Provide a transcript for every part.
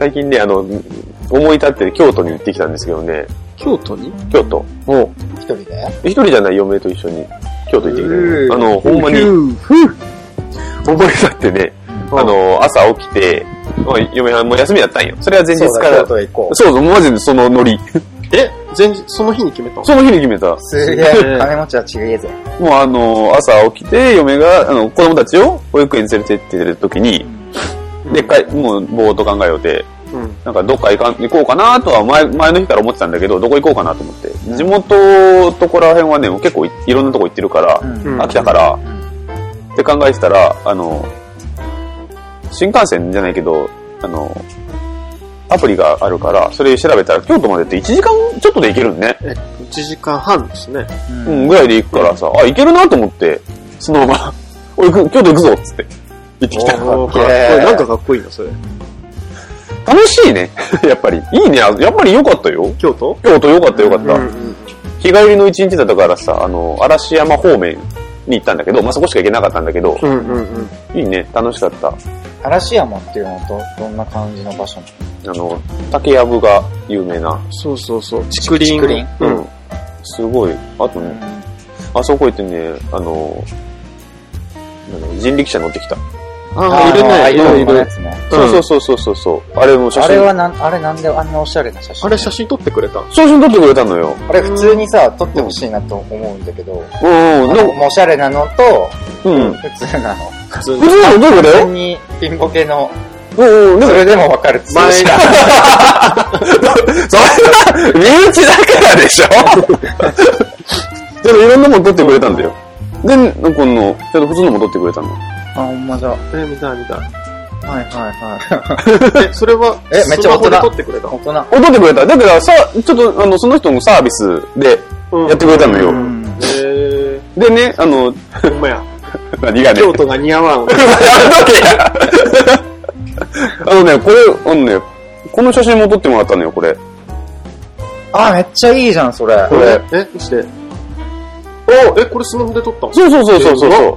最近ね、思い立って京都に行ってきたんですけどね。 京都に？ 京都。 一人で？ 一人じゃない、嫁と一緒に京都行ってきた。ほんまに、思い立ってね、朝起きて、嫁はんもう休みだったんよ。それは前日から。 京都へ行こう。 そう、マジでそのノリ。 その日に決めたの？ その日に決めた。 すげえ、金持ちはちげえぜ。 もう朝起きて、嫁が、子供たちを保育園に連れて行ってる時に、で、もう、ぼーっと考えようて、なんかどっか行こうかなとは前の日から思ってたんだけど、どこ行こうかなと思って。地元とこら辺はね、結構いろんなとこ行ってるから、秋田から、って考えてたら、新幹線じゃないけど、アプリがあるから、それ調べたら京都までって1時間ちょっとで行けるんね。 1時間半ですね。 ぐらいで行くからさ、行けるなと思って、そのまま、京都行くぞっつって、行ってきた。 なんかかっこいいな、それ。 楽しいね。やっぱり。いいね。やっぱり良かったよ。 京都よかった。日帰りの一日だったからさ、嵐山方面に行ったんだけど、そこしか行けなかったんだけど、いいね。楽しかった。 嵐山っていうのとどんな感じの場所なの？ 竹やぶが有名な。 そう。竹林。 すごい。あとね、あそこ行ってね、人力車乗ってきた。 いるね。 そう。あれも写真。 あれなんであんなおしゃれな写真？ あれ写真撮ってくれた？ 写真撮ってくれたのよ。 あれ普通にさ、撮ってほしいなと思うんだけど。おしゃれなのと、普通なの。 普通なのどういうこと？ 普通にピンボケの、 それでもわかる。 前それは、身内だからでしょでもいろんなもん撮ってくれたんだよ。で、ちょっと普通のも撮ってくれたの。 ほんまだ。 見たい。 はい。 それは、 めっちゃ大人。 撮ってくれた。 大人。 撮ってくれた。だからちょっとその人のサービスでやってくれたのよ。でね、 ほんまや。 何がね。 京都が似合わん。 この写真も撮ってもらったのよ、これ。 めっちゃいいじゃん、それ。 これ。 して。これスマホで撮ったの？ そう。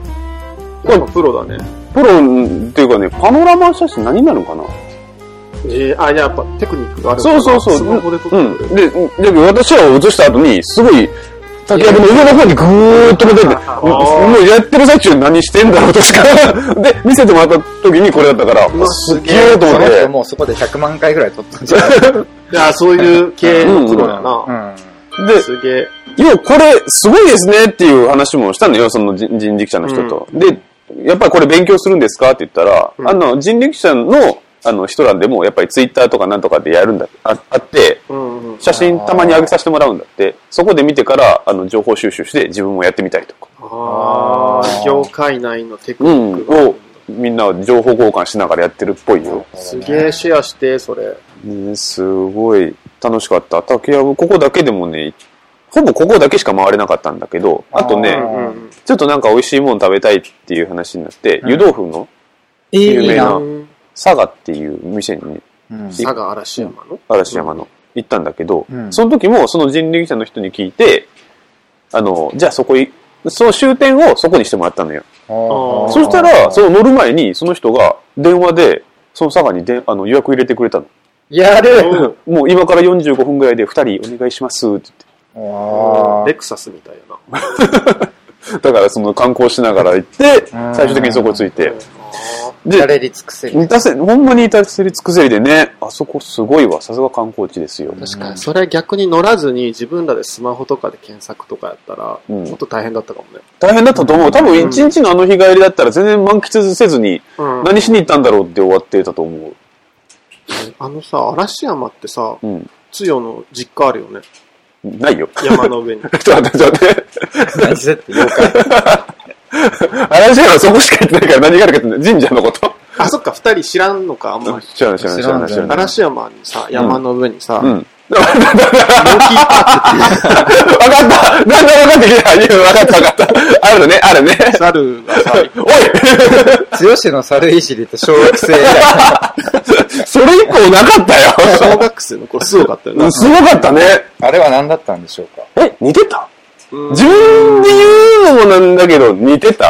これプロだね。 プロっていうかね、パノラマ写真何になるのかな？ やっぱテクニックがあるから。そう。 スマホで撮ってくれる。 で、私らを写した後に、すごい、竹やぶの上の方にぐーっと見てて、もうやってる最中何してんだろうとしか。で、見せてもらった時にこれだったから、すげーと思って。 もうそこで100万回ぐらい撮ったんじゃない？ そういう系のプロだな。 で、 すげえ。 これ、すごいですねっていう話もしたのよ、その人力車の人と。で、やっぱりこれ勉強するんですかって言ったら、人力車の、人らでも、やっぱりツイッターとかなんとかでやるんだ、あって、写真たまに上げさせてもらうんだって、そこで見てから、情報収集して自分もやってみたりとか。 業界内のテクニックを、みんな情報交換しながらやってるっぽいよ。 すげえシェアして、それ。 すごい楽しかった。竹やぶ、ここだけでもね、ほぼここだけしか回れなかったんだけど、あとね、ちょっとなんか美味しいもの食べたいっていう話になって、湯豆腐の有名な佐賀っていう店にね、 佐賀嵐山の行ったんだけど、その時もその人力車の人に聞いて、じゃあその終点をそこにしてもらったのよ。そしたら、その乗る前にその人が電話で、その佐賀に予約入れてくれたの。 やる！ もう今から45分ぐらいで2人お願いしますって言って。 レクサスみたいな。 だからその観光しながら行って、最終的にそこ着いて。 至れり尽くせり。 ほんまに至れり尽くせりでね、あそこすごいわ。さすが観光地ですよ。 確かに。それ逆に乗らずに自分らでスマホとかで検索とかやったら、もっと大変だったかもね。 大変だったと思う。多分一日の日帰りだったら全然満喫せずに、何しに行ったんだろうって終わってたと思う。 嵐山ってさ、つよの実家あるよね。 ないよ。 山の上に。 ちょっと待って。 何せって妖怪。 嵐山そこしか行ってないから何があるかって神社のこと。 そっか、二人知らんのか、あんまり。 知らない。 嵐山にさ、山の上にさ、 わかったなんでわかってきたわかった。あるね。 猿がさ、 おい剛の猿いじりって小学生以来。 それ以降なかったよ。 小学生の頃すごかったよね。 すごかったね。 あれは何だったんでしょうか？ 似てた？自分で言うのもなんだけど、似てた？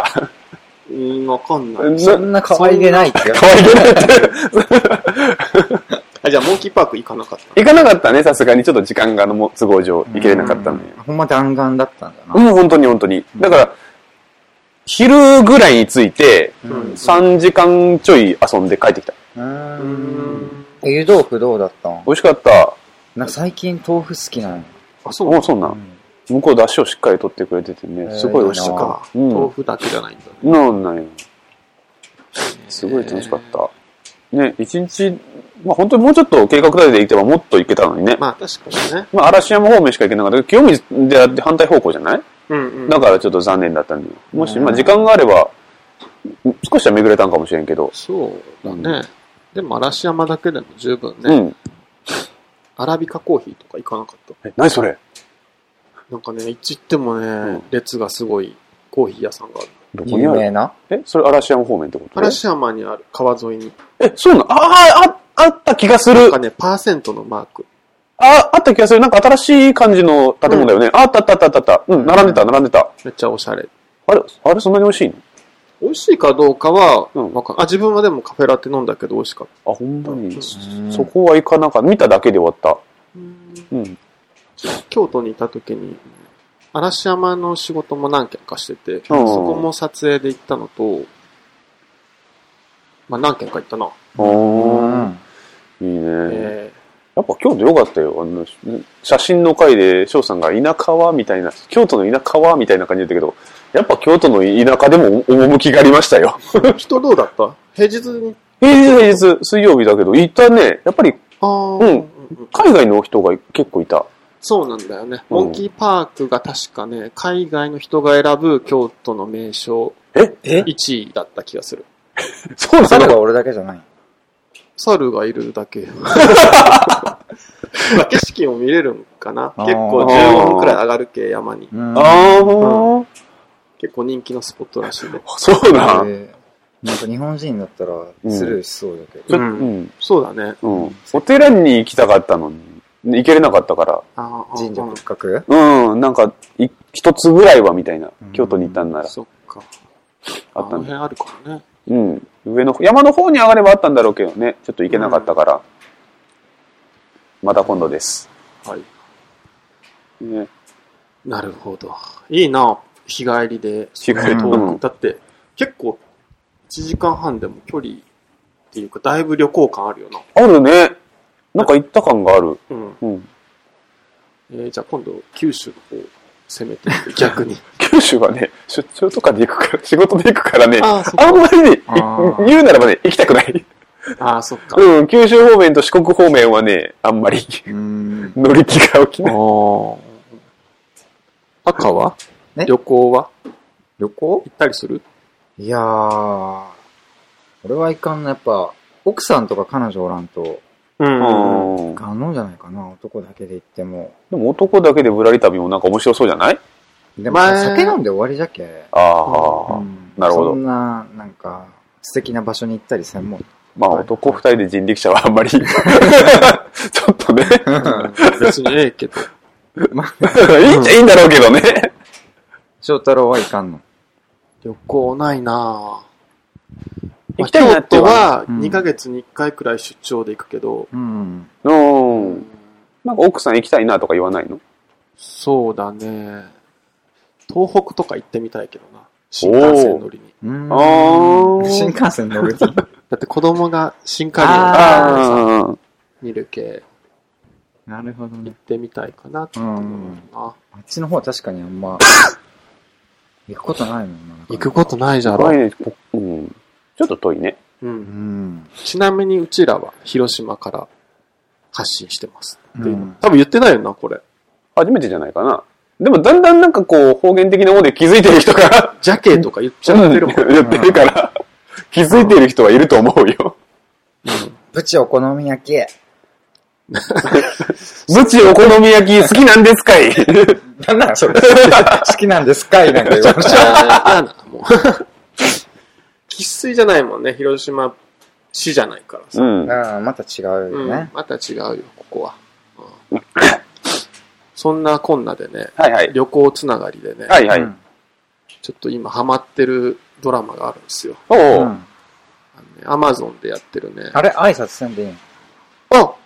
わかんない。 そんな可愛げないって。 可愛げないって。 じゃあモンキーパーク行かなかった？ 行かなかったね、さすがにちょっと時間が都合上行けれなかったので。 ほんま弾丸だったんだな。 本当に。だから、昼ぐらいに着いて、3時間ちょい遊んで帰ってきた。 湯豆腐どうだったん？ 美味しかった。 最近豆腐好きなの。 そうなん。向こう出汁をしっかり取ってくれててね、すごい美味しかった。 豆腐だけじゃないんだね。 なんよ。すごい楽しかった。ね、一日、本当にもうちょっと計画立てていけばもっと行けたのにね。 確かにね。 嵐山方面しか行けなかったけど、清水であって反対方向じゃない？だからちょっと残念だったんで。もし、時間があれば、少しは巡れたんかもしれんけど。 そうだね。でも嵐山だけでも十分ね。アラビカコーヒーとか行かなかった？ 何それ？ なんかね、いつ行ってもね、列がすごいコーヒー屋さんがある。 どこにある？有名な？それ嵐山方面ってこと？ 嵐山にある、川沿いに。 そうなの？あった気がする。 なんかね、パーセントのマーク。 あった気がする。なんか新しい感じの建物だよね。あった。並んでた。 めっちゃおしゃれ。 あれそんなに美味しいの？美味しいかどうかは、自分はでもカフェラテ飲んだけど美味しかった。 ほんまに。そこは行かなかった。見ただけで終わった。 京都にいた時に、嵐山の仕事も何件かしてて、そこも撮影で行ったのと、何件か行ったな。 いいね。やっぱ京都良かったよ。写真の回で翔さんが田舎はみたいな、京都の田舎はみたいな感じだったけど、やっぱ京都の田舎でも趣がありましたよ。 人どうだった？平日に？ 平日、水曜日だけど、いたね。やっぱり、海外の人が結構いた。 そうなんだよね。モンキーパークが確かね、海外の人が選ぶ京都の名所、1位だった気がする。 そうなの？ 猿が俺だけじゃない。 猿がいるだけ。景色も見れるんかな。結構15分くらい上がるけ、山に。結構人気のスポットらしいね。 そうなん。 なんか日本人だったらスルーしそうだけど。 そうだね。 お寺に行きたかったのに。行けれなかったから。 神社仏閣？なんか、一つぐらいはみたいな。京都に行ったんなら。 そっか。 あったんだ。 あるからね。 上の、山の方に上がればあったんだろうけどね。ちょっと行けなかったから。また今度です。 はい。ね。なるほど。いいな、日帰りで。 日帰り遠く。だって、結構、1時間半でも距離っていうか、だいぶ旅行感あるよな。 あるね。なんか行った感がある。 じゃあ今度、九州の方攻めてみて、逆に。 九州はね、出張とかで行くから、仕事で行くからね、あんまりね、言うならばね、行きたくない。 そっか。 九州方面と四国方面はね、あんまり、乗り気が起きない。 赤は？旅行は？ 旅行？ 行ったりする？ いやー、俺はいかんな、やっぱ、奥さんとか彼女おらんと、可能じゃないかな、男だけで行っても。 でも男だけでぶらり旅もなんか面白そうじゃない？ でも酒飲んで終わりじゃけ。 なるほど。 そんな、なんか、素敵な場所に行ったりせんもん。 男二人で人力車はあんまり、ちょっとね。 別にええけど。 いいっちゃいいんだろうけどね。 翔太郎はいかんの？ 旅行ないなぁ。 行きたいなって京都は2ヶ月に1回くらい出張で行くけど。 なんか奥さん行きたいなとか言わないの？ そうだね。東北とか行ってみたいけどな。新幹線乗りに。 新幹線乗るに？ だって子供が新幹線見る系。 なるほどね。 行ってみたいかなって思うな。 あっちの方は確かにあんま、行くことないもんな。 行くことないじゃろ。 ちょっと遠いね。 ちなみにうちらは広島から発信してます。多分言ってないよな、これ。 初めてじゃないかな。でもだんだんなんかこう方言的なもので気づいてる人がジャケとか言っちゃってるもん。 言ってるから、気づいてる人はいると思うよ。 ブチお好み焼き。 ブチお好み焼き好きなんですかい？ なんなんそれ。好きなんですかいなんか言われちゃう。 もう生粋じゃないもんね、広島市じゃないからさ。 また違うよね。 また違うよ、ここは。そんなこんなでね、旅行つながりでね、ちょっと今ハマってるドラマがあるんですよ。Amazon でやってるね。 あれ挨拶せんでいいの？ あ、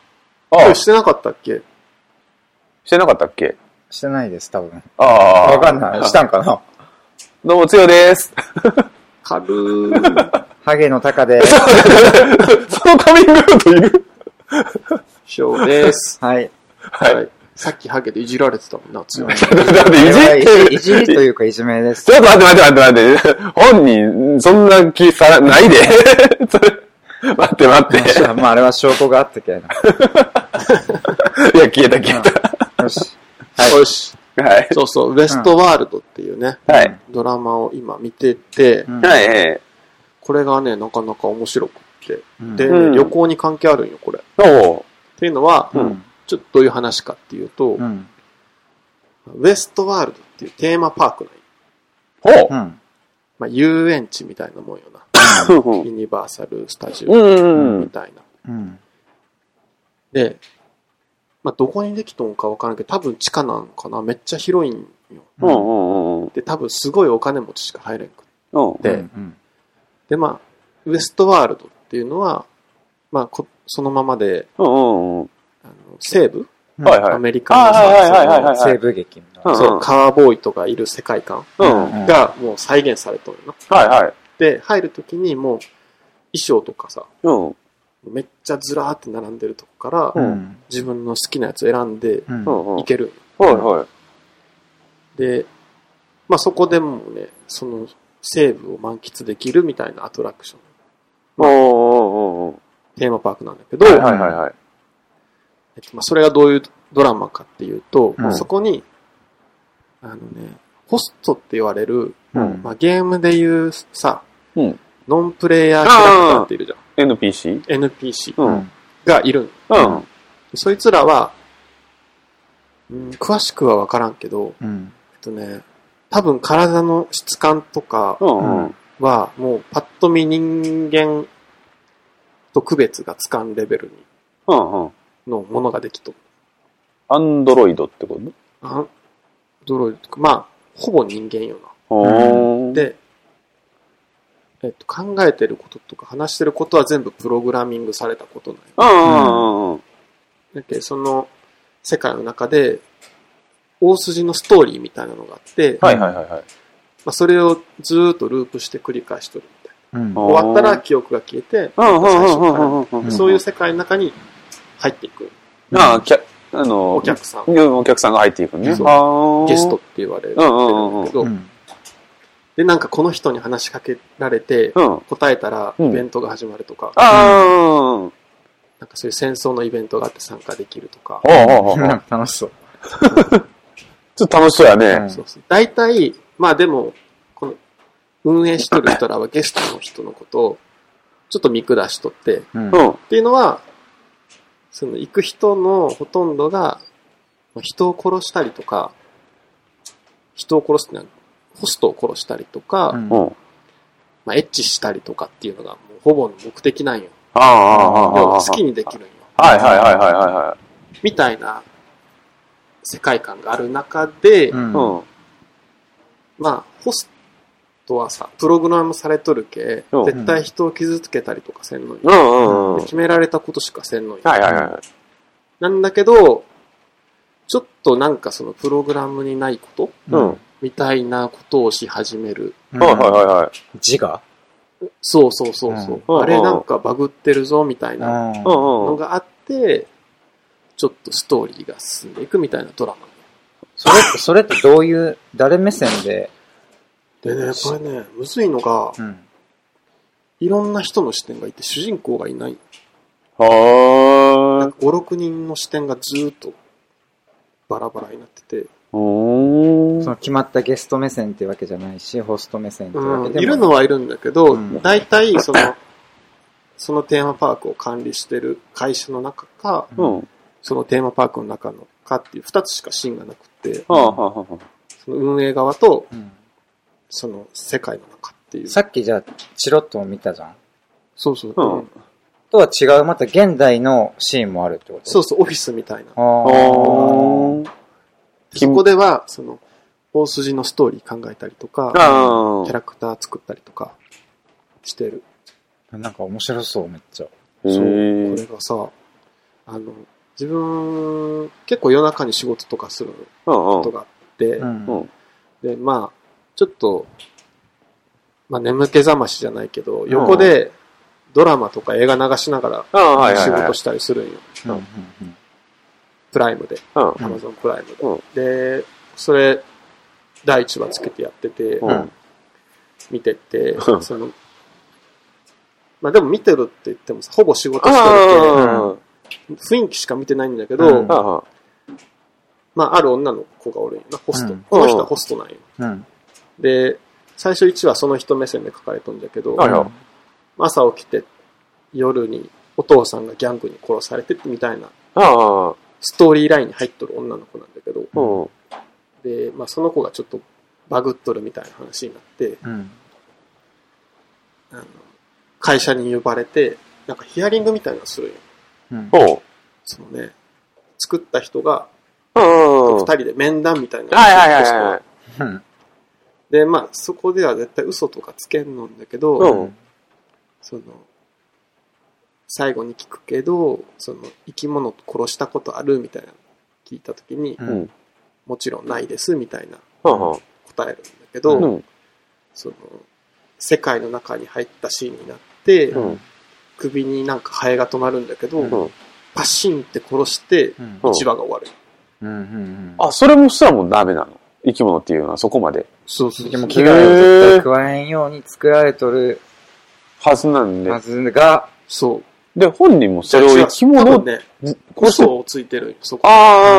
してなかったっけ？ してなかったっけ？ してないです、多分。 ああ。 わかんない。したんかな。 どうも、つよです。 軽ー。 ハゲのタカです。 そのカミングアウトいる？ しょうです。 はい。 はい。さっきハゲでいじられてたもんな、つよ。 いじりというかいじめです。 ちょっと待って。本人、そんな気さないで。待って。 まあ、あれは証拠があったけど。いや、消えた。 よし。 よし。 はい。 そう、ウエストワールドっていうね、 はい。 ドラマを今見てて、 はい。 これがね、なかなか面白くって。で、旅行に関係あるんよ、これ。っていうのは、ちょっとどういう話かっていうと、ウエストワールドっていうテーマパークなんよ。まあ、遊園地みたいなもんよな。ユニバーサル・スタジオみたいな。で、まあ、どこにできとんかわからんけど、多分地下なんかな。めっちゃ広いんよ。で、多分すごいお金持ちしか入れんくって。で、まあ、ウエストワールドっていうのは、まあ、そのままで、西部アメリカの西部劇そう、カーボーイとかいる世界観がもう再現されとるな。で、入るときにもう衣装とかさ、めっちゃずらーって並んでるとこから、自分の好きなやつ選んでいける。で、まあそこでもね、その西部を満喫できるみたいなアトラクション。テーマパークなんだけど、まあそれがどういうドラマかっていうと、そこに、ホストって言われる、まあゲームでいうさ、ノンプレイヤーキャラクターっているじゃん。NPC がいる。そいつらは、詳しくはわからんけど、多分体の質感とかはもうパッと見人間と区別がつかんレベルにのものができとる。 アンドロイドってこと？ アンドロイド、まあ、ほぼ人間よな。で、考えてることとか話してることは全部プログラミングされたことなんよ。だけどその世界の中で大筋のストーリーみたいなのがあって、まあ、それをずーっとループして繰り返しとるみたいな。終わったら記憶が消えて、最初からそういう世界の中に入っていく。お客さんが入っていくね。ゲストって言われるんだけど、で、なんかこの人に話しかけられて、答えたらイベントが始まるとか、なんかそういう戦争のイベントがあって参加できるとか。 楽しそう。 ちょっと楽しそうやね。 大体、まあでも、この運営しとる人らはゲストの人のことをちょっと見下しとって、っていうのは、その行く人のほとんどが人を殺したりとか、人を殺すってのはホストを殺したりとか、まあエッチしたりとかっていうのがもうほぼの目的なんよ。要は好きにできるんよ。みたいな世界観がある中で、まあホストはさ、プログラムされとるけ、絶対人を傷つけたりとかせんのよ。決められたことしかせんのよ。なんだけど、ちょっとなんかそのプログラムにないこと、みたいなことをし始める。 自我？ そう。あれなんかバグってるぞみたいなのがあって、ちょっとストーリーが進んでいくみたいなドラマ。 それってどういう、誰目線で？ でね、これね、むずいのが、いろんな人の視点がいて、主人公がいない。なんか5、6人の視点がずーっとバラバラになってて。 その決まったゲスト目線っていうわけじゃないし、ホスト目線っていうわけでもいるのはいるんだけど、大体そのテーマパークを管理してる会社の中か、そのテーマパークの中のかっていう2つしかシーンがなくて、その運営側と、その世界の中っていう。 さっきじゃあ、チロッと見たじゃん。 そう。とは違う、また現代のシーンもあるってこと？ そう、オフィスみたいな。そこでは、その、大筋のストーリー考えたりとか、キャラクター作ったりとかしてる。 なんか面白そう、めっちゃ。 そう、これがさ、 自分、結構夜中に仕事とかすることがあって、で、まあ、ちょっと、まあ眠気覚ましじゃないけど、横でドラマとか映画流しながら仕事したりするんよ。プライムで。Amazon プライムで。で、それ、第1話つけてやってて、見てて、まあでも見てるって言ってもさ、ほぼ仕事してるけど、雰囲気しか見てないんだけど、まあある女の子がおるんよな、ホスト。この人はホストなんよ。で、最初1話その人目線で書かれとんだけど、朝起きて夜にお父さんがギャングに殺されてってみたいなストーリーラインに入っとる女の子なんだけど、で、まあその子がちょっとバグっとるみたいな話になって、会社に呼ばれて、なんかヒアリングみたいなのするよ。そのね、作った人が、二人で面談みたいなので、まあそこでは絶対嘘とかつけんのんだけど、その、最後に聞くけど、その生き物と殺したことあるみたいなの聞いたときに、もちろんないですみたいな答えるんだけど、その世界の中に入ったシーンになって、首になんかハエが止まるんだけど、パシンって殺して1話が終わる。 あ、それもすらもダメなの？生き物っていうのはそこまで。 そうそう。でも危害を絶対加えんように作られとるはずなんで。 はずが、 そう。 で、本人もそれを生き物ね、嘘をついてるんよ、そこ。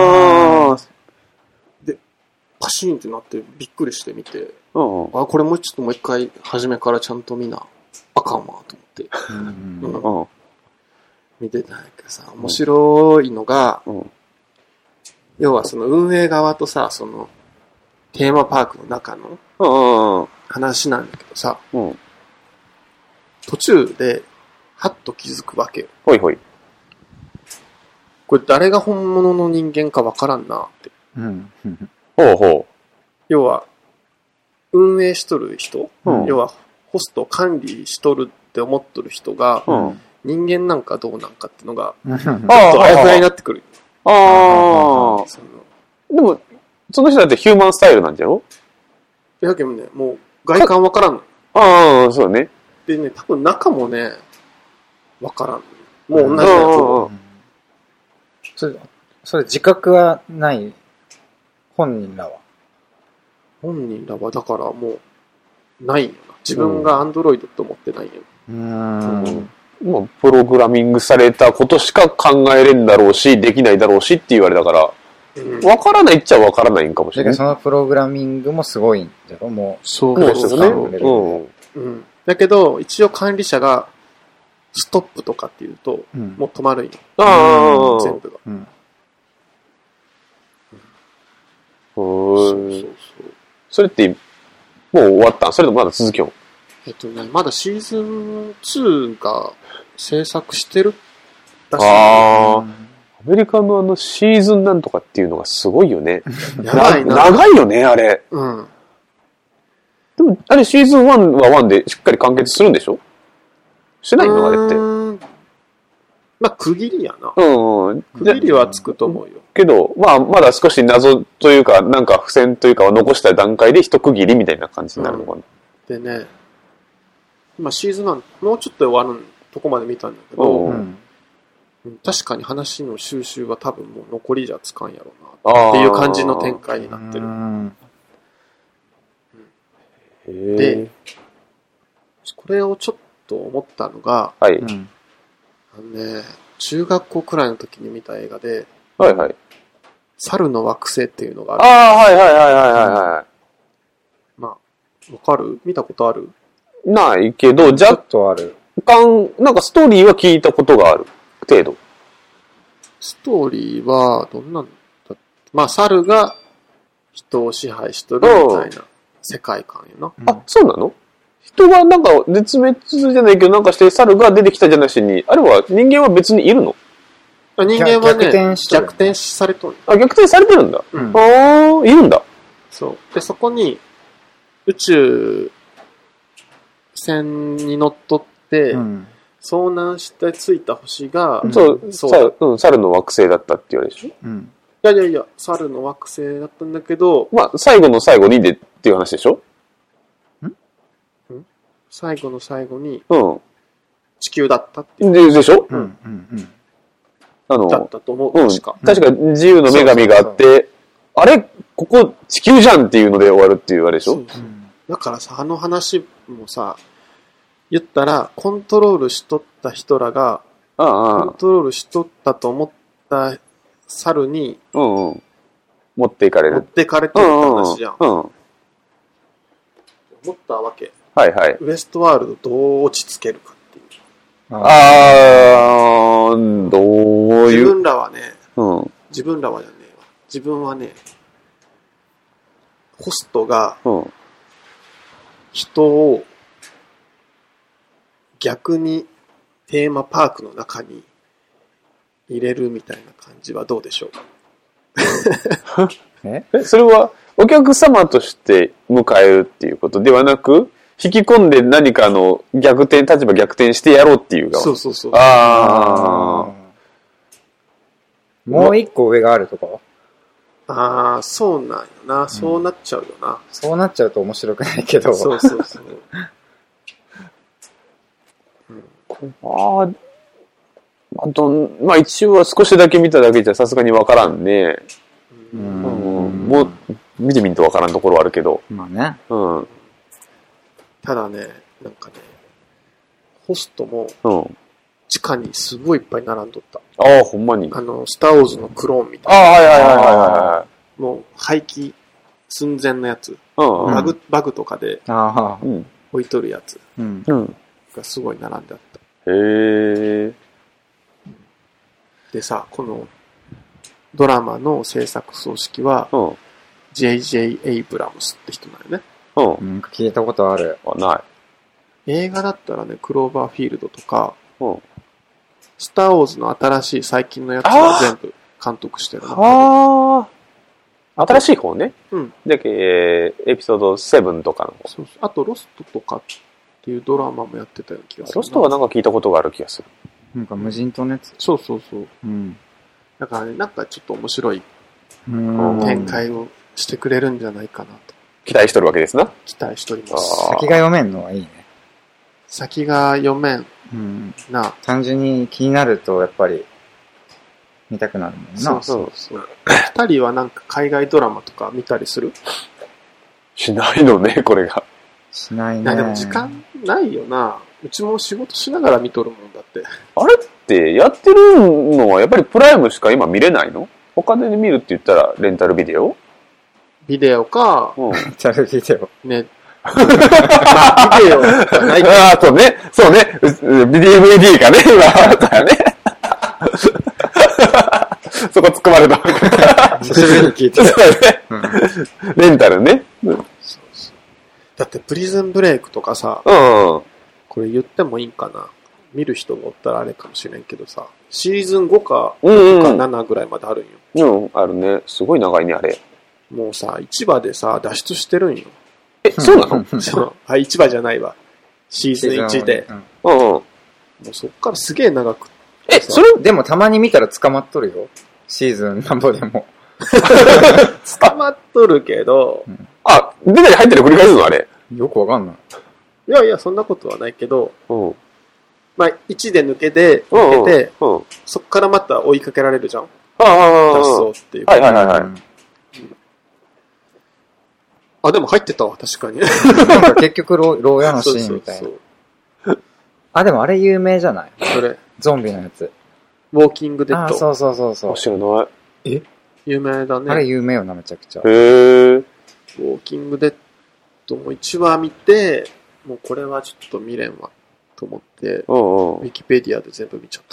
で、パシーンってなってびっくりしてみて、これもうちょっともう一回初めからちゃんと見なあかんわと思って、見てたんだけどさ、面白いのが、要はその運営側とさ、そのテーマパークの中の話なんだけどさ、途中ではっと気づくわけよ。 ほいほい。 これ誰が本物の人間かわからんなって。 ほうほう。 要は、運営しとる人、要はホストを管理しとるって思っとる人が、人間なんかどうなんかってのが、ちょっとあやふやになってくる。 でも、その人だってヒューマンスタイルなんじゃろ？ だけどね、もう外観わからんの。 そうね。 でね、多分中もね、わからん。もう同じやつ。それ自覚はない本人らは。 本人らはだからもう、ないよな。自分がアンドロイドって思ってないよ。 もうプログラミングされたことしか考えれんだろうし、できないだろうしって言われたから、わからないっちゃわからないんかもしれない。 そのプログラミングもすごいんじゃろ？もう。 そうですね。だけど、一応管理者が、ストップとかって言うと、もう止まるんよ。全部が。 それって、もう終わったん？それともまだ続きよん？ まだシーズン2が制作してるらしい。 アメリカのシーズンなんとかっていうのがすごいよね。長いよね、あれ。でも、あれシーズン1は1でしっかり完結するんでしょ？しないのあれって。 まあ、区切りやな。区切りはつくと思うよ。 けど、まあ、まだ少し謎というか、なんか付箋というかを残した段階で一区切りみたいな感じになるのかな。 でね、今シーズン1、もうちょっと終わるとこまで見たんだけど、確かに話の収集は多分もう残りじゃつかんやろうな、っていう感じの展開になってる。で、これをちょっと思ったのが、中学校くらいの時に見た映画で、猿の惑星っていうのがある。まあ、わかる？見たことある？ ないけど、若干、なんかストーリーは聞いたことがある程度。 ストーリーは、どんなんだ？まあ、猿が人を支配しとるみたいな世界観よな。 そうなの？人がなんか絶滅じゃないけどなんかして猿が出てきたじゃなしに、あれは人間は別にいるの？ 人間はね、逆転されとる。 逆転されてるんだ。いるんだ。 そう。で、そこに宇宙船に乗っ取って、 遭難してついた星が、 猿の惑星だったって言われるでしょ。 うん。いや、猿の惑星だったんだけど、 まあ、最後の最後にでっていう話でしょ。 最後の最後に、 うん。 地球だったっていう。 でしょ。 うん。 だったと思う。確か。 確か自由の女神があって、あれここ地球じゃんっていうので終わるっていうあれでしょ。 だからさ、あの話もさ、言ったら、コントロールしとった人らが、コントロールしとったと思った猿に、 持っていかれる。 持っていかれてるって話じゃん。思ったわけ。 はいはい。 ウエストワールドどう落ち着けるかっていう。 どういう。 自分らはね、自分はね、ホストが、人を逆にテーマパークの中に入れるみたいな感じはどうでしょうか。 それはお客様として迎えるっていうことではなく、引き込んで何かの立場逆転してやろうっていう側。 そう。 もう一個上があるとかはそうなんよな。そうなっちゃうよな。 そうなっちゃうと面白くないけど。 そう。 まあ一応は少しだけ見ただけじゃさすがにわからんね。もう見てみんとわからんところはあるけど。 まあね。 ただね、なんかね、ホストも、地下にすごいいっぱい並んどった。 ほんまに。 スターウォーズのクローンみたいな。 はい。 もう廃棄寸前のやつ。バグとかで置いとるやつがすごい並んであった。でさ、このドラマの制作総指揮は、J.J. エイブラムスって人なんよね。 聞いたことある。 ない。 映画だったらね、クローバーフィールドとか、スターウォーズの新しい最近のやつは全部監督してるな。新しい方ね。だけエピソード7とかの方。 そう。あとロストとかっていうドラマもやってたような気がする。 ロストはなんか聞いたことがある気がする。 なんか無人島のやつ。 そう。だからね、なんかちょっと面白い展開をしてくれるんじゃないかなと。 期待しとるわけですな。 期待しております。 先が読めんのはいいね。 先が読めん。な。 単純に気になるとやっぱり見たくなるもんな。 そう。二人はなんか海外ドラマとか見たりする？ しないのね、これが。 しないね。 でも時間ないよな。うちも仕事しながら見とるもんだって。 あれってやってるのはやっぱりプライムしか今見れないの？他で見るって言ったらレンタルビデオ？ ビデオか、 レンタルビデオ。 ね。まあ、ビデオじゃないけど。 そうね。DVD かね、今あったよね。そこ突っ込まれた。 久しぶりに聞いてた。 レンタルね。 だってプリズンブレイクとかさ、これ言ってもいいんかな。見る人がおったらあれかもしれんけどさ、シーズン5か6か7ぐらいまであるんよ。あるね。すごい長いね、あれ。 もうさ、市場でさ、脱出してるんよ。 そうなの？ 市場じゃないわ。シーズン1で。もうそっからすげえ長く。 それでもたまに見たら捕まっとるよ。シーズンなんぼでも。 捕まっとるけど。 出たり入ったり繰り返すのあれ。 よくわかんない。 いや、そんなことはないけど。まあ、1で抜けて、そっからまた追いかけられるじゃん。脱走っていう。でも入ってたわ、確かに。 なんか結局牢屋のシーンみたいな。でもあれ有名じゃない？ それ。 ゾンビのやつ。 ウォーキングデッド。 そう。 知らない。 有名だね。 あれ有名よな、めちゃくちゃ。 ウォーキングデッドも1話見て、もうこれはちょっと見れんわ、と思って、ウィキペディアで全部見ちゃった。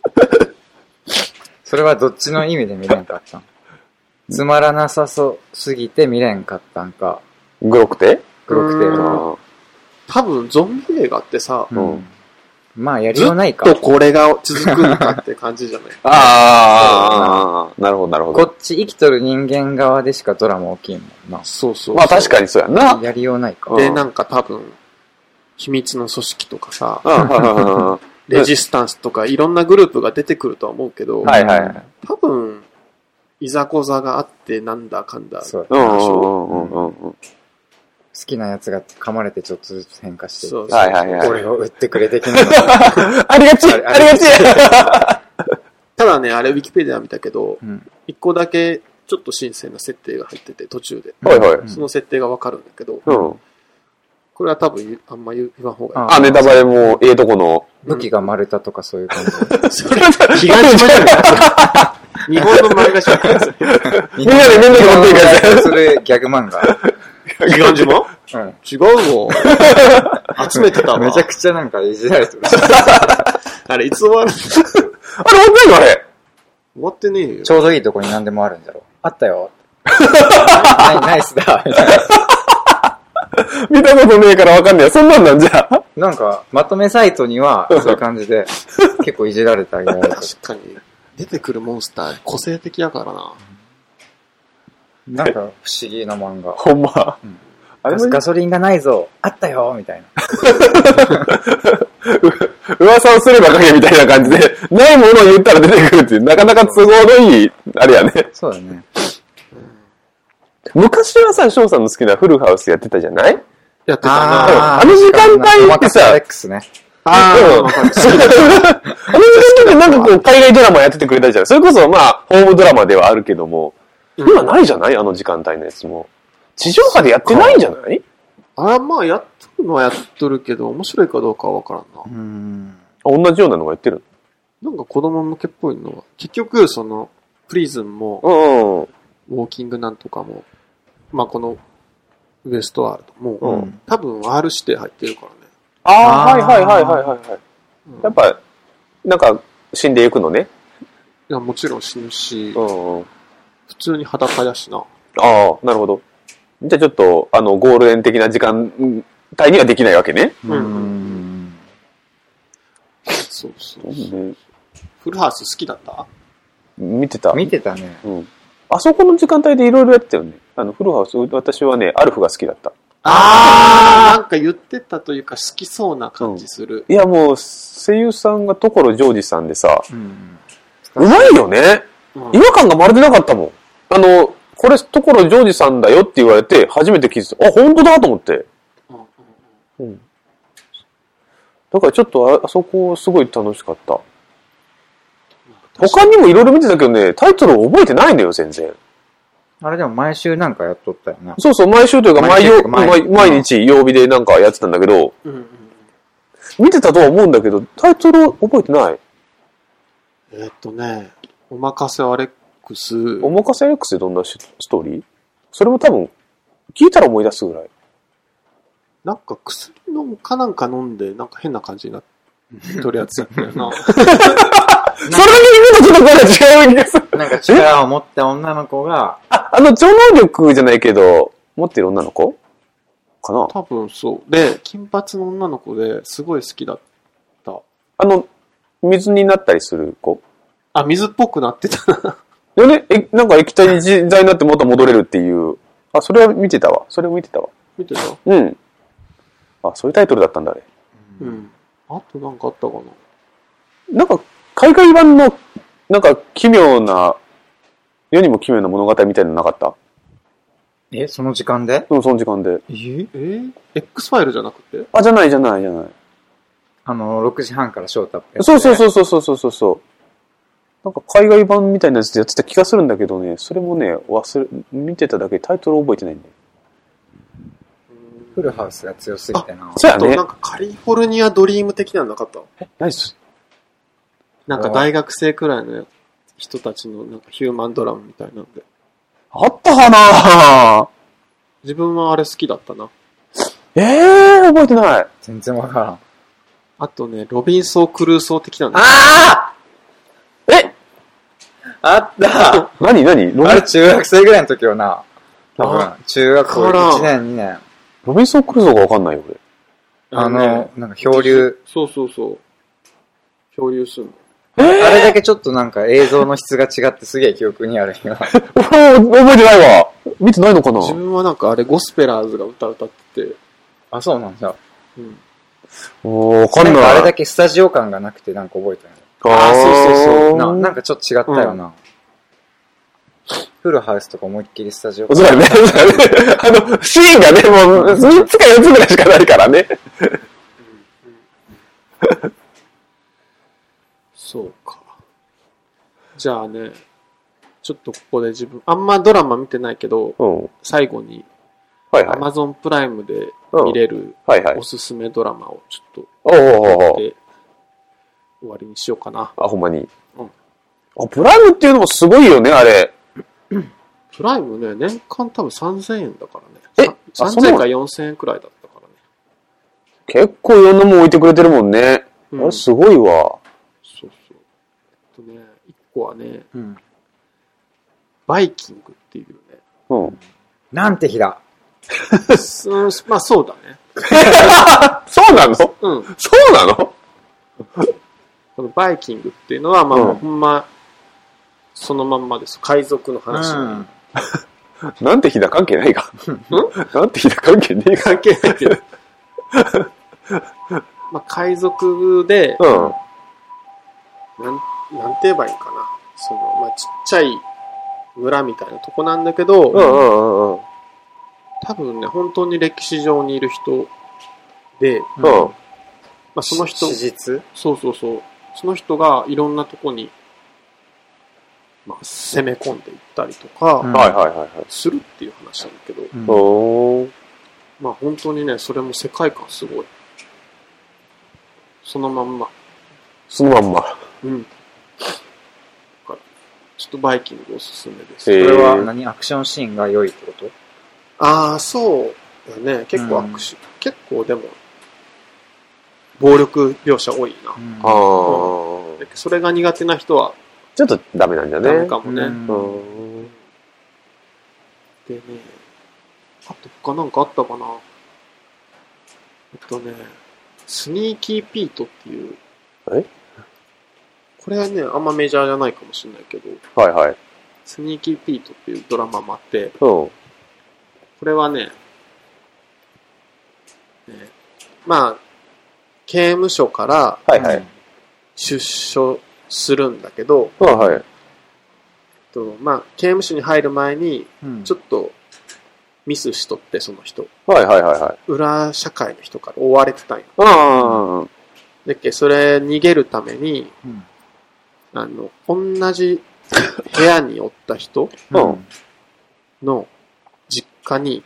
それはどっちの意味で見れんかったん？つまらなさすぎて見れんかったんか。 グロくて多分ゾンビ映画ってさ、 まあやりようないか。 ずっとこれが続くのかって感じじゃない？ なるほど。 こっち生きとる人間側でしかドラマ起きんもんな。 そう。 まあ確かにそうやな。 やりようないか。 で、なんか多分、 秘密の組織とかさ、レジスタンスとかいろんなグループが出てくるとは思うけど、 はいはい。 多分、いざこざがあってなんだかんだ。 そう。好きなやつが噛まれてちょっとずつ変化していって。 はいはいはい。 俺を売ってくれ的な。 ありがちありがちただね、あれウィキペディア見たけど、一個だけちょっと新鮮な設定が入ってて、途中で。 はいはい。 その設定がわかるんだけど、これは多分あんま言わん方がいい。 あ、ネタバレもとこの。 武器が丸太とかそういう感じ。 それは、東島じゃない日本の漫画じゃないですみんなで持っていかない。 それギャグ漫画。 彼岸島違うわ。集めてたわ。 めちゃくちゃなんかいじられてる。 あれ、いつ終わるの？ あれ、終わってんのあれ。 終わってねえよ。 ちょうどいいとこに何でもあるんだろう。あったよ。ナイスだ。みたいな。 見たことねえからわかんねえ。そんなんなんじゃ。 なんか、まとめサイトには、そういう感じで、結構いじられてあげられる。 確かに。出てくるモンスター、個性的やからな。 なんか、不思議な漫画。 ほんま。 ガソリンがないぞ。あったよみたいな。 噂をすればかけみたいな感じで、ないものを言ったら出てくるっていう、なかなか都合のいい、あれやね。 そうだね。 昔はさ、翔さんの好きなフルハウスやってたじゃない？ やってたな。 あの時間帯ってさ、あの時間ってなんかこう、海外ドラマやっててくれたじゃん。それこそまあ、ホームドラマではあるけども、今ないじゃない？あの時間帯のやつも。地上波でやってないんじゃない？ まあ、やっとるのはやっとるけど、面白いかどうかはわからんな。 同じようなのがやってる？ なんか子供向けっぽいのは。結局、その、プリズンも、ウォーキングなんとかも、まあこの、ウエストワールドも、多分 R 指定入ってるからね。 はい。やっぱ、なんか、死んでいくのね。 いや、もちろん死ぬし、普通に裸やしな。 ああ、なるほど。じゃあちょっと、ゴールデン的な時間帯にはできないわけね。 そう。フルハウス好きだった？ 見てたね。 あそこの時間帯でいろいろやってたよね。フルハウス、私はね、アルフが好きだった。 なんか言ってたというか好きそうな感じする。 いやもう、声優さんが所ジョージさんでさ、うまいよね。違和感がまるでなかったもん。これ所ジョージさんだよって言われて、初めて聞いてた。あ、本当だと思って。だからちょっとあそこすごい楽しかった。他にもいろいろ見てたけどね、タイトルを覚えてないんだよ、全然。 あれでも毎週なんかやっとったよな。 そう、毎週というか毎日曜日でなんかやってたんだけど、見てたとは思うんだけど、タイトル覚えてない。 おまかせアレックス。 おまかせアレックスでどんなストーリー？それも多分、聞いたら思い出すぐらい。 なんか薬かなんか飲んで、なんか変な感じになってるやつやったよな。 それだけ見るとちょっとまだ違う気がする。 なんか力を持った女の子が、 超能力じゃないけど、持ってる女の子かな？ 多分そう。で、金髪の女の子ですごい好きだった。 水になったりする子？ 水っぽくなってたな。 でね、なんか液体に剤になってまた戻れるっていう。それは見てたわ。 見てた？ うん。そういうタイトルだったんだね。 あとなんかあったかな？ なんか、海外版の、なんか奇妙な、世にも奇妙な物語みたいなのなかった？ その時間で？ その時間で。 X ファイルじゃなくて？ じゃない。 6時半からショータップ。 そう。なんか海外版みたいなやつでやってた気がするんだけどね、それもね、見てただけでタイトル覚えてないんだよ。 フルハウスが強すぎてな。 そうやね。 なんかカリフォルニアドリーム的なのなかった？ ナイス。 なんか大学生くらいの人たちのなんかヒューマンドラマみたいなんで。 あったかな？ 自分はあれ好きだったな。 覚えてない。 全然わからん。 あとね、ロビンソー・クルーソー的なの。 あった何あれ中学生ぐらいの時よな。多分、中学校1年、2年。 ロビンソン・クルーゾーがわかんないよ、俺。 なんか漂流。 そう。漂流するの。 あれだけちょっとなんか映像の質が違ってすげえ記憶にあるよ。 覚えてないわ。見てないのかな？ 自分はなんかあれゴスペラーズが歌ってて。 そうなんだ。 わかんない。 なんかあれだけスタジオ感がなくてなんか覚えてない。そう。なんかちょっと違ったよな。フルハウスとか思いっきりスタジオ感。 そうだね。シーンがね、もう3つか4つぐらいしかないからね。 そうか。じゃあね、ちょっとここであんまドラマ見てないけど、最後に、Amazon プライムで見れるおすすめドラマをちょっとやって終わりにしようかな。 ほんまに。プライムっていうのもすごいよね、あれ。 プライムね、年間多分3000円だからね。3000円か4000円くらいだったからね。 結構いろんなもん置いてくれてるもんね。あれすごいわ。 そうそう。一個はね、バイキングっていうね。 なんて日だ。 まあそうだね。 そうなの？そうなの？ このバイキングっていうのは、まあほんま、そのまんまです。海賊の話。 なんて日だ関係ないか。なんて日だ関係ねえか。 関係ないけど。まあ海賊で、なんて言えばいいかな。まあちっちゃい村みたいなとこなんだけど、多分ね、本当に歴史上にいる人で、まあその人、 史実？ そう。その人がいろんなとこに、まあ、攻め込んでいったりとか、するっていう話なんだけど、まあ本当にね、それも世界観すごい。そのまんま。 そのまんま。 ちょっとバイキングおすすめです。 これはアクションシーンが良いってこと？ そうだね。結構結構でも、暴力描写多いな。それが苦手な人は、 ちょっとダメなんじゃね。 ダメかもね。でね、あと他なんかあったかな。スニーキーピートっていう。これはね、あんまメジャーじゃないかもしれないけど。スニーキーピートっていうドラマもあって、これはね、まあ、刑務所から出所するんだけど、まあ、刑務所に入る前に、ちょっとミスしとって、その人。裏社会の人から追われてたんよ。で、それ逃げるために、同じ部屋におった人の実家に、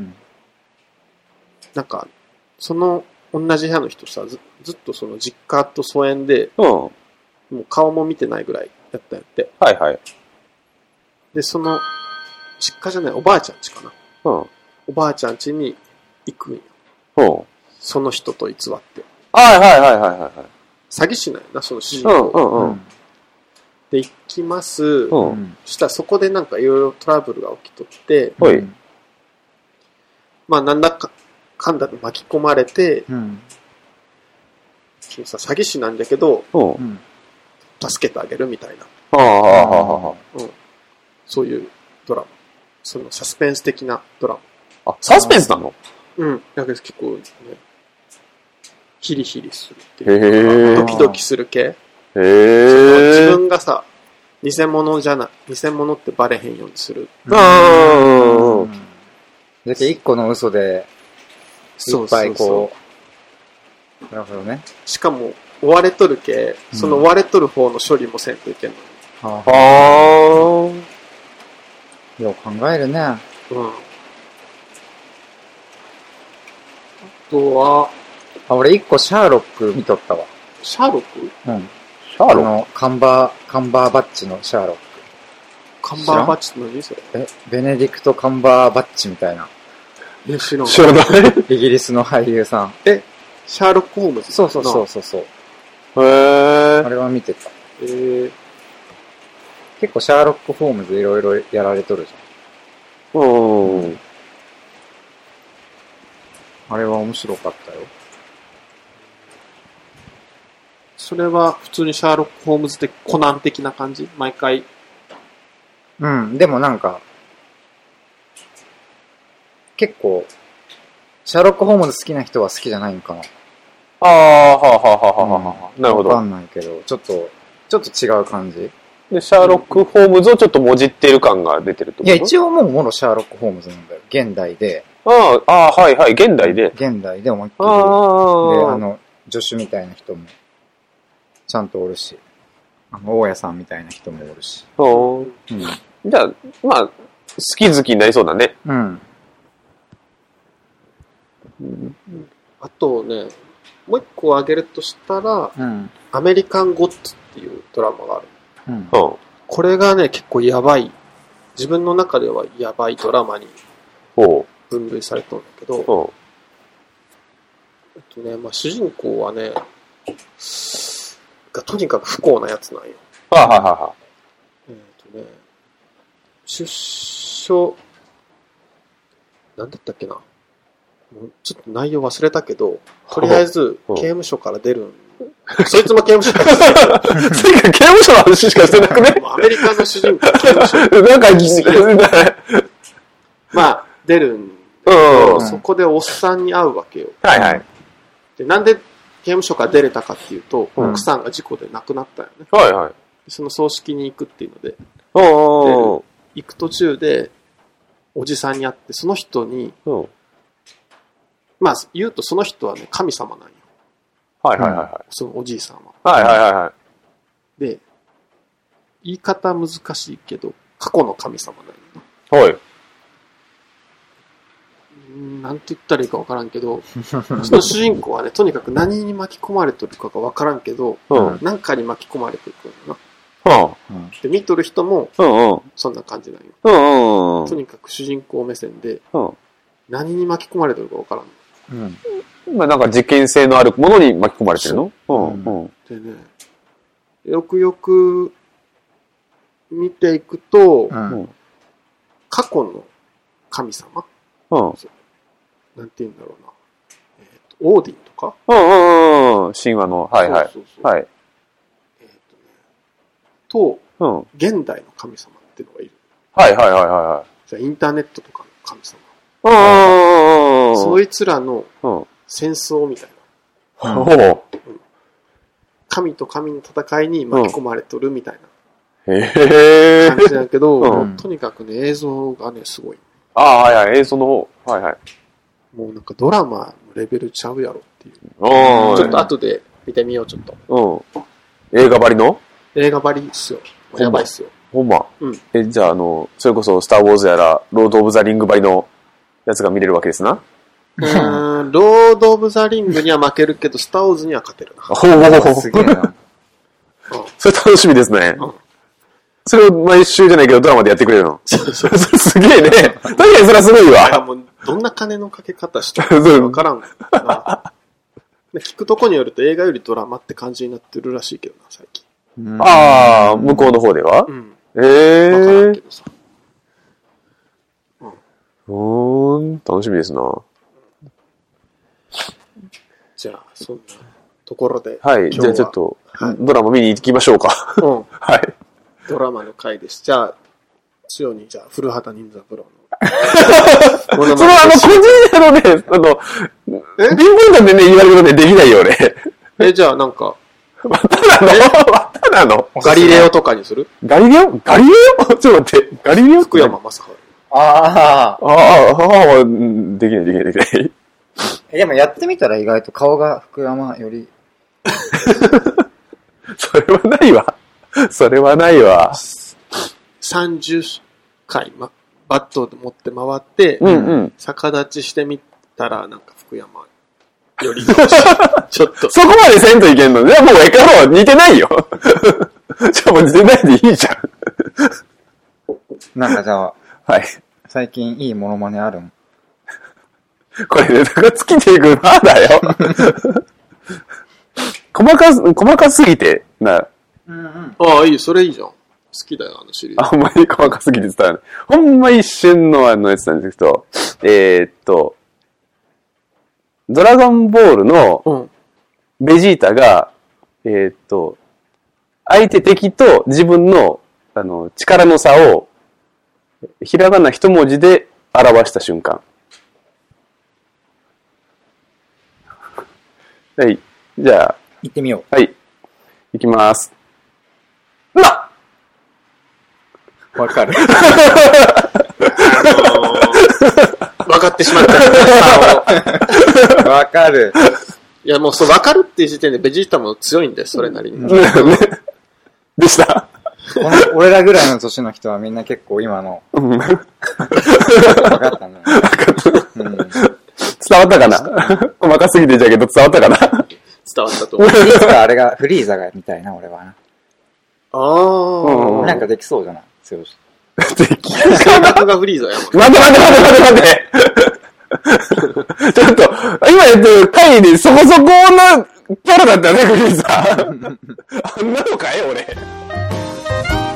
なんか、その同じ部屋の人さ、ずっとその実家と疎遠で、もう顔も見てないぐらいやったんやって。で、その、実家じゃない、おばあちゃん家かな。おばあちゃん家に行くんよ。その人と偽って。詐欺師なんやな、その主人公。で、行きます。そしたらそこでなんかいろいろトラブルが起きとって、まあなんだかんだで巻き込まれて、そのさ、詐欺師なんだけど、助けてあげるみたいな。そういうドラマ。そのサスペンス的なドラマ。 サスペンスなの？ だけど結構ね、ヒリヒリするっていうか、ドキドキする系。自分がさ、偽物ってバレへんようにする。 だけ一個の嘘で、いっぱいこう、なるほどね。 しかも、追われとる系、その追われとる方の処理もせんといけんの。 よう考えるね。あとは、 俺一個シャーロック見とったわ。 シャーロック？ シャーロック？ カンバーバッチのシャーロック。 カンバーバッチって何それ？ ベネディクト・カンバーバッチみたいな。 知らない。 イギリスの俳優さん。 シャーロック・ホームズ？ そう。あれは見てた。結構シャーロック・ホームズいろいろやられとるじゃん。あれは面白かったよ。 それは普通にシャーロック・ホームズ的、コナン的な感じ？毎回。 でもなんか、結構、シャーロック・ホームズ好きな人は好きじゃないんかな。 ああ、はあはあはあはあ。なるほど。 わかんないけど、ちょっと違う感じ。 で、シャーロック・ホームズをちょっともじってる感が出てるってこと？ いや、一応もうシャーロック・ホームズなんだよ。現代で。 ああ、はいはい、現代で。 現代で思いっきり。で、助手みたいな人も、ちゃんとおるし。大家さんみたいな人もおるし。 うん。じゃあ、まあ、好き好きになりそうだね。 うん。 あとね、もう一個挙げるとしたら、アメリカン・ゴッツっていうドラマがある。これがね、結構やばい。自分の中ではやばいドラマに分類されたんだけど、まあ、主人公はね、がとにかく不幸なやつなんよ。出所、なんだったっけな。ちょっと内容忘れたけど、とりあえず刑務所から出るん。そいつも刑務所から出る。 それか刑務所の話しかしてなくね。 アメリカの主人公刑務所。 なんか、 まあ、出るん。そこでおっさんに会うわけよ。 はいはい。 で、なんで刑務所から出れたかっていうと、奥さんが事故で亡くなったよね。 はいはい。 その葬式に行くっていうので、行く途中で、おじさんに会って、その人に、まあ、言うとその人はね、神様なんよ。 はいはいはい。 そのおじいさんは。 はいはいはい。 で、言い方難しいけど、過去の神様なんよ。 はい。 なんて言ったらいいかわからんけど、その主人公はね、とにかく何に巻き込まれてるかがわからんけど、何かに巻き込まれていくんだな。で、見とる人も、そんな感じなんよ。とにかく主人公目線で、何に巻き込まれてるかわからん。 まあなんか事件性のあるものに巻き込まれてるの？ でね、よくよく見ていくと、過去の神様、なんて言うんだろうな。オーディンとか神話の、はいはい。はい。 と、現代の神様っていうのがいる。 はいはいはいはい。 じゃあインターネットとかの神様。そいつらの戦争みたいな。神と神の戦いに巻き込まれとるみたいな感じだけど、とにかくね、映像がね、すごい。 はいはい、映像の方。はいはい。 もうなんかドラマのレベルちゃうやろっていう。ちょっと後で見てみよう、ちょっと。 映画張りの？ 映画張りっすよ。やばいっすよ。 ほんま。じゃあそれこそスターウォーズやら、ロード・オブ・ザ・リング張りのやつが見れるわけですな。 ロード・オブ・ザ・リングには負けるけど、スター・ウォーズには勝てるな。すげえな。 それ楽しみですね。それを毎週じゃないけどドラマでやってくれるの。すげえね。確かにそれはすごいわ。 もうどんな金のかけ方してるかわからん。聞くとこによると映画よりドラマって感じになってるらしいけどな、最近。 向こうの方では？楽しみですな。 じゃあ、そんなところで。 はい。じゃあちょっと、ドラマ見に行きましょうか。はい。 ドラマの回です。じゃあ、強に、じゃあ、古畑任三郎の。 それは個人ね、ピンポイントでね、言われるのね、できないよ、俺。 じゃあ、なんか。 またなのガリレオとかにする？ ガリレオちょっと待って。ガリレオ福山雅治。 できない。 でもやってみたら意外と顔が福山より。 それはないわ。 30回、バットで持って回って、逆立ちしてみたら、なんか福山よりちょっと。 そこまでせんといけんの？じゃあもう絵から似てないよ。じゃあもう似てないでいいじゃん。なんかじゃあ、 はい。 最近いいモノマネあるん？ これネタが尽きていくまだよ。細かすぎて、 いい、それいいじゃん。好きだよ、シリーズ。 ほんまに細かすぎて伝わる。ほんま一瞬のやつなんですけど、ドラゴンボールのベジータが、相手敵と自分の、力の差を、ひらがな一文字で表した瞬間。はい。 じゃあ。 行ってみよう。はい。行きます。 わかる。 分かってしまったわかる。 いや、もうそう、分かるっていう時点でベジータも強いんです、それなりに。 でした俺らぐらいの年の人はみんな結構今の。分かったね。 分かった。伝わったかな細かすぎてじゃけど伝わったかな伝わったと思う。 いつかあれが、フリーザがみたいな、俺はな。なんかできそうじゃない強し。 できる性格がフリーザやもん。 待て。ちょっと、今やってる回でそこそこなキャラだったね、フリーザ。あんなのかい俺。